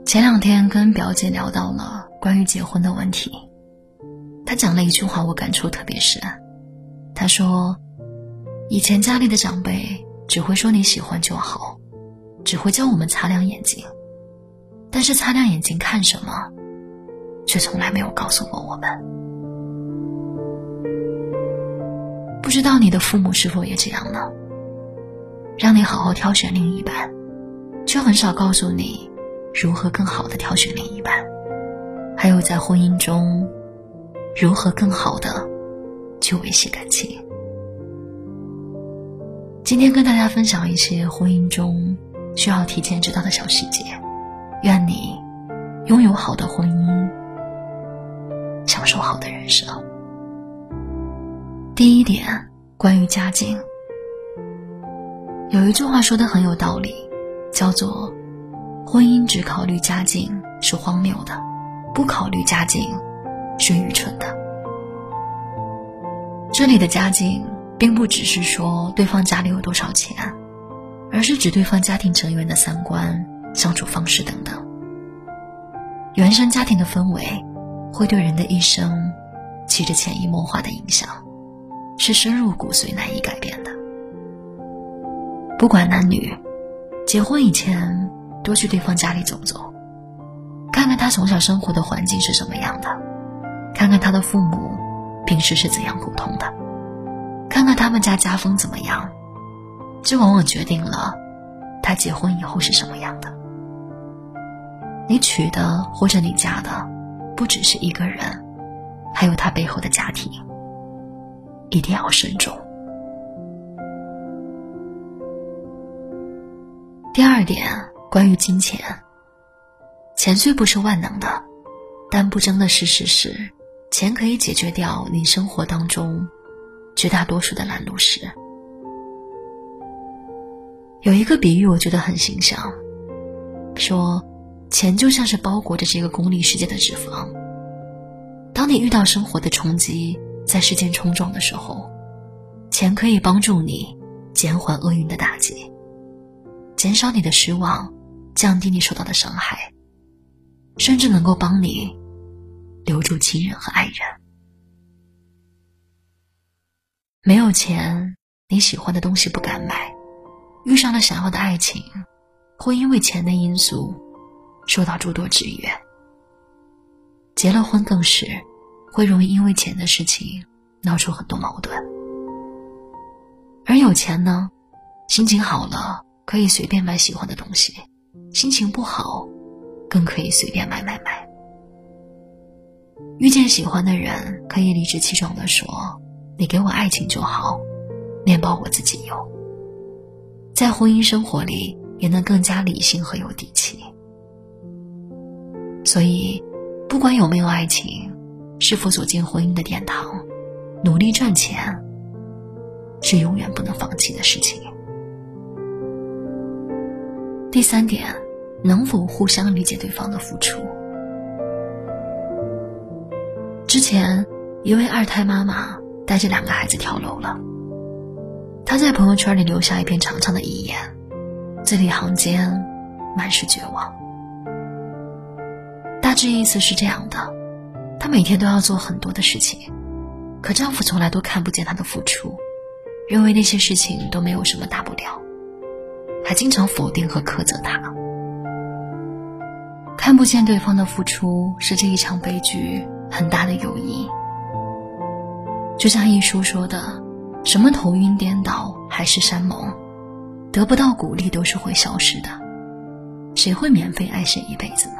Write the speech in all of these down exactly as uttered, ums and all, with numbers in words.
前两天跟表姐聊到了关于结婚的问题，她讲了一句话我感触特别深。她说以前家里的长辈只会说你喜欢就好，只会教我们擦亮眼睛，但是擦亮眼睛看什么却从来没有告诉过我们。不知道你的父母是否也这样呢？让你好好挑选另一半，却很少告诉你如何更好地挑选另一半，还有在婚姻中如何更好地去维系感情。今天跟大家分享一些婚姻中需要提前知道的小细节，愿你拥有好的婚姻，享受好的人生。第一点，关于家境。有一句话说得很有道理，叫做婚姻只考虑家境是荒谬的，不考虑家境是愚蠢的。这里的家境并不只是说对方家里有多少钱，而是指对方家庭成员的三观、相处方式等等。原生家庭的氛围会对人的一生起着潜移默化的影响，是深入骨髓难以改变的。不管男女，结婚以前多去对方家里走走，看看他从小生活的环境是什么样的，看看他的父母平时是怎样沟通的，看看他们家家风怎么样，这往往决定了他结婚以后是什么样的。你娶的或者你嫁的不只是一个人，还有他背后的家庭，一定要慎重。第二点，关于金钱。钱虽不是万能的，但不争的事实是，钱可以解决掉你生活当中绝大多数的拦路石。有一个比喻我觉得很形象，说钱就像是包裹着这个功利世界的脂肪，当你遇到生活的冲击，在世间冲撞的时候，钱可以帮助你减缓厄运的打击，减少你的失望，降低你受到的伤害，甚至能够帮你留住亲人和爱人。没有钱，你喜欢的东西不敢买，遇上了想要的爱情，会因为钱的因素受到诸多制约。结了婚更是会容易因为钱的事情闹出很多矛盾。而有钱呢，心情好了可以随便买喜欢的东西，心情不好更可以随便买买买。遇见喜欢的人，可以理直气壮地说，你给我爱情就好，面包我自己有。在婚姻生活里也能更加理性和有底气。所以不管有没有爱情，是否走进婚姻的殿堂，努力赚钱是永远不能放弃的事情。第三点，能否互相理解对方的付出。之前一位二胎妈妈带着两个孩子跳楼了，她在朋友圈里留下一篇长长的遗言，字里行间满是绝望。大致意思是这样的，她每天都要做很多的事情，可丈夫从来都看不见她的付出，认为那些事情都没有什么大不了，还经常否定和苛责她。看不见对方的付出是这一场悲剧很大的诱因。就像一书说的，什么头晕颠倒海誓山盟，得不到鼓励都是会消失的，谁会免费爱谁一辈子呢？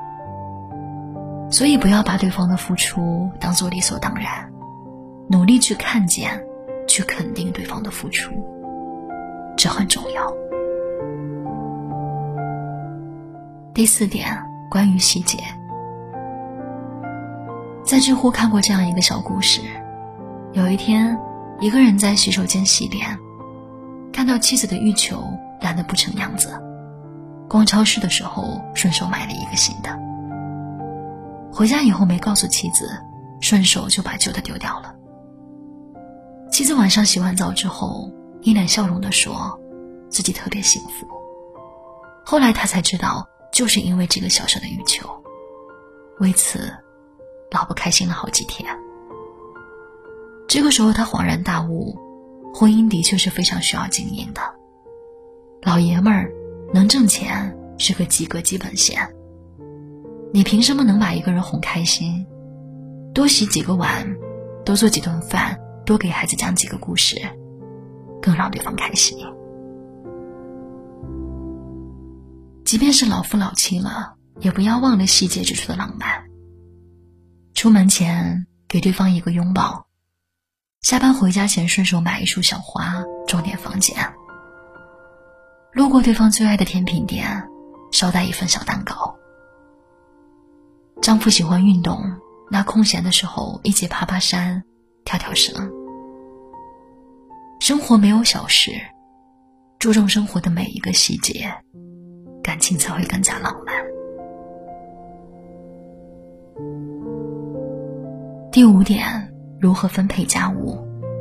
所以不要把对方的付出当作理所当然，努力去看见，去肯定对方的付出，这很重要。第四点，关于细节。在知乎看过这样一个小故事，有一天一个人在洗手间洗脸，看到妻子的浴球烂得不成样子，逛超市的时候顺手买了一个新的，回家以后没告诉妻子，顺手就把旧的丢掉了。妻子晚上洗完澡之后一脸笑容地说自己特别幸福。后来他才知道， 就是因为这个小小的欲求，为此老婆开心了好几天。这个时候他恍然大悟，婚姻的确是非常需要经营的，老爷们儿能挣钱是个及格基本线，你凭什么能把一个人哄开心？多洗几个碗，多做几顿饭，多给孩子讲几个故事，更让对方开心。即便是老夫老妻了，也不要忘了细节之处的浪漫。出门前给对方一个拥抱，下班回家前顺手买一束小花装点房间，路过对方最爱的甜品店，捎带一份小蛋糕。丈夫喜欢运动，那空闲的时候一起爬爬山，跳跳绳。生活没有小事，注重生活的每一个细节，感情才会更加浪漫。第五点，如何分配家务。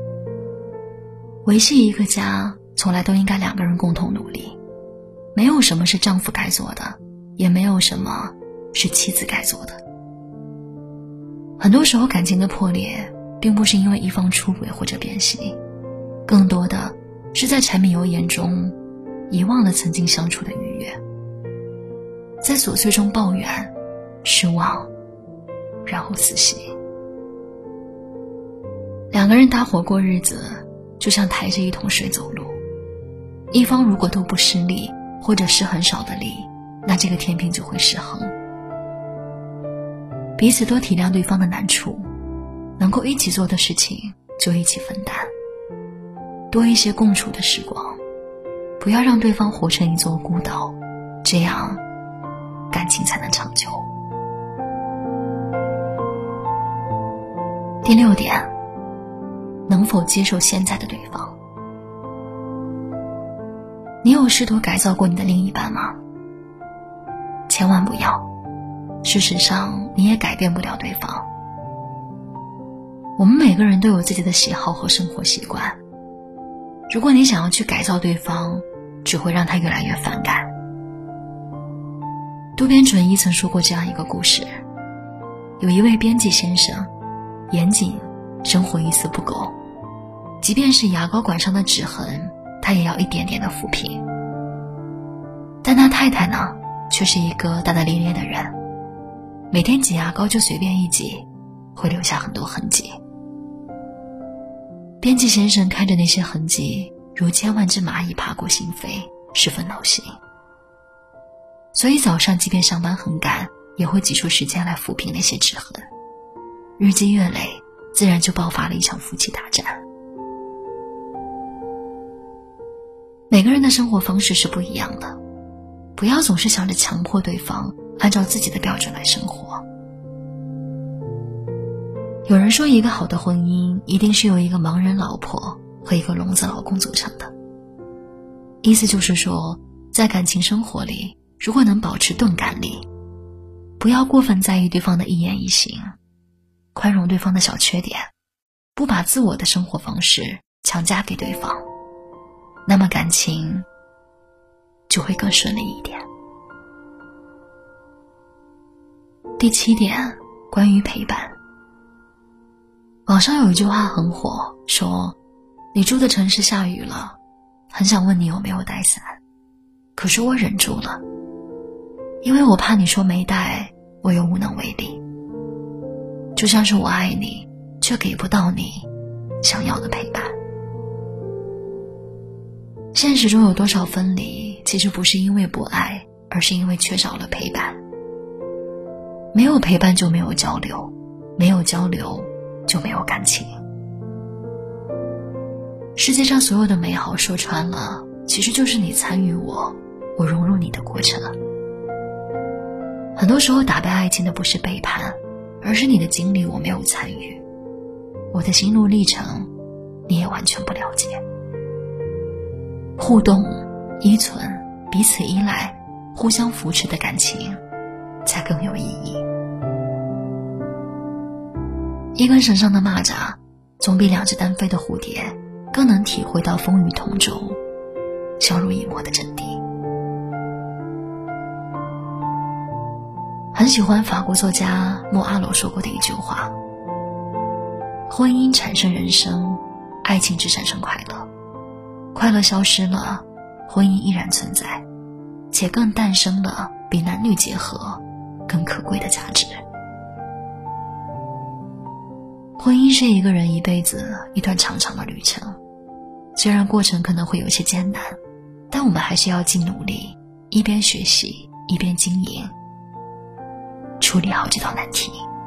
维系一个家，从来都应该两个人共同努力，没有什么是丈夫该做的，也没有什么是妻子该做的。很多时候感情的破裂，并不是因为一方出轨或者变心，更多的是在柴米油盐中遗忘了曾经相处的愉悦，在琐碎中抱怨、失望，然后死心。两个人搭伙过日子，就像抬着一桶水走路，一方如果都不施力，或者施很少的力，那这个天平就会失衡。彼此多体谅对方的难处，能够一起做的事情就一起分担，多一些共处的时光，不要让对方活成一座孤岛，这样感情才能长久。第六点，能否接受现在的对方。你有试图改造过你的另一半吗？千万不要，事实上你也改变不了对方。我们每个人都有自己的喜好和生活习惯，如果你想要去改造对方，只会让他越来越反感。渡边淳一曾说过这样一个故事，有一位编辑先生，严谨，生活一丝不苟，即便是牙膏管上的指痕，他也要一点点的抚平。但他太太呢，却是一个大大咧咧的人，每天挤牙膏就随便一挤，会留下很多痕迹。编辑先生看着那些痕迹如千万只蚂蚁爬过心扉，十分恼心。所以早上即便上班很赶，也会挤出时间来抚平那些指痕。日积月累，自然就爆发了一场夫妻大战。每个人的生活方式是不一样的，不要总是想着强迫对方按照自己的标准来生活。有人说，一个好的婚姻一定是由一个盲人老婆和一个聋子老公组成的。意思就是说，在感情生活里，如果能保持钝感力，不要过分在意对方的一言一行，宽容对方的小缺点，不把自我的生活方式强加给对方，那么感情就会更顺利一点。第七点，关于陪伴。网上有一句话很火，说你住的城市下雨了，很想问你有没有带伞，可是我忍住了，因为我怕你说没带，我又无能为力。就像是我爱你，却给不到你想要的陪伴。现实中有多少分离，其实不是因为不爱，而是因为缺少了陪伴。没有陪伴就没有交流，没有交流就没有感情。世界上所有的美好说穿了，其实就是你参与我，我融入你的过程。很多时候打败爱情的不是背叛，而是你的经历我没有参与，我的心路历程你也完全不了解。互动、依存、彼此依赖、互相扶持的感情才更有意义。一根绳上的蚂蚱总比两只单飞的蝴蝶更能体会到风雨同舟、相濡以沫的真谛。 喜欢法国作家莫阿罗说过的一句话：婚姻产生人生，爱情只产生快乐，快乐消失了，婚姻依然存在，且更诞生了比男女结合更可贵的价值。婚姻是一个人一辈子一段长长的旅程，虽然过程可能会有些艰难，但我们还是要尽努力，一边学习一边经营，处理好这道难题。